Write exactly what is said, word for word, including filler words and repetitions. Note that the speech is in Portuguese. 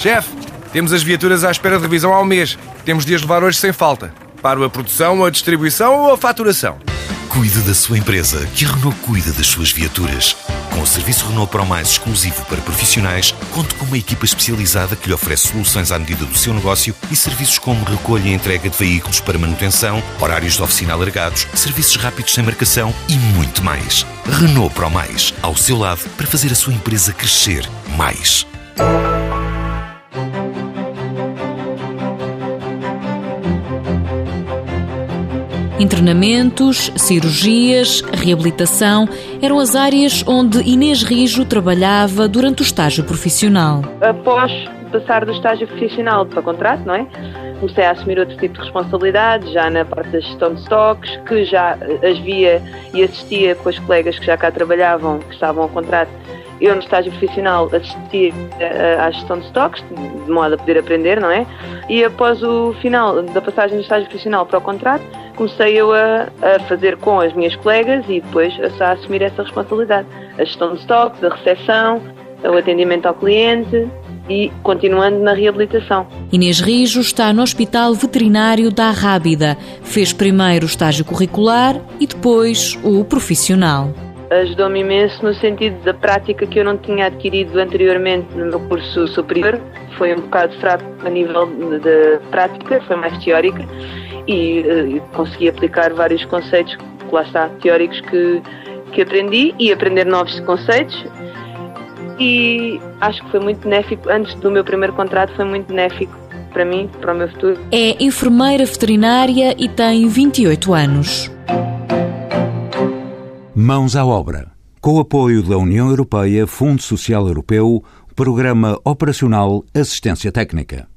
Chefe, temos as viaturas à espera de revisão há um mês. Temos de as levar hoje sem falta. Para a produção, a distribuição ou a faturação? Cuide da sua empresa, que a Renault cuida das suas viaturas. Com o serviço Renault Pro Mais exclusivo para profissionais, conte com uma equipa especializada que lhe oferece soluções à medida do seu negócio e serviços como recolha e entrega de veículos para manutenção, horários de oficina alargados, serviços rápidos sem marcação e muito mais. Renault Pro Mais, ao seu lado para fazer a sua empresa crescer mais. Internamentos, cirurgias, reabilitação eram as áreas onde Inês Rijo trabalhava durante o estágio profissional. Após passar do estágio profissional para contrato, não é? Comecei a assumir outro tipo de responsabilidades, já na parte da gestão de estoques, que já as via e assistia com as colegas que já cá trabalhavam, que estavam a contrato. Eu, no estágio profissional, assistia à gestão de estoques, de modo a poder aprender, não é? E após o final da passagem do estágio profissional para o contrato, comecei eu a, a fazer com as minhas colegas e depois a, a assumir essa responsabilidade. A gestão de estoques, a recepção, o atendimento ao cliente e continuando na reabilitação. Inês Rijo está no Hospital Veterinário da Arrábida. Fez primeiro o estágio curricular e depois o profissional. Ajudou-me imenso no sentido da prática que eu não tinha adquirido anteriormente no meu curso superior. Foi um bocado fraco a nível de prática, foi mais teórica e uh, consegui aplicar vários conceitos, que lá está, teóricos que, que aprendi e aprender novos conceitos. E acho que foi muito benéfico, antes do meu primeiro contrato, foi muito benéfico para mim, para o meu futuro. É enfermeira veterinária e tem vinte e oito anos. Mãos à obra. Com o apoio da União Europeia, Fundo Social Europeu, Programa Operacional Assistência Técnica.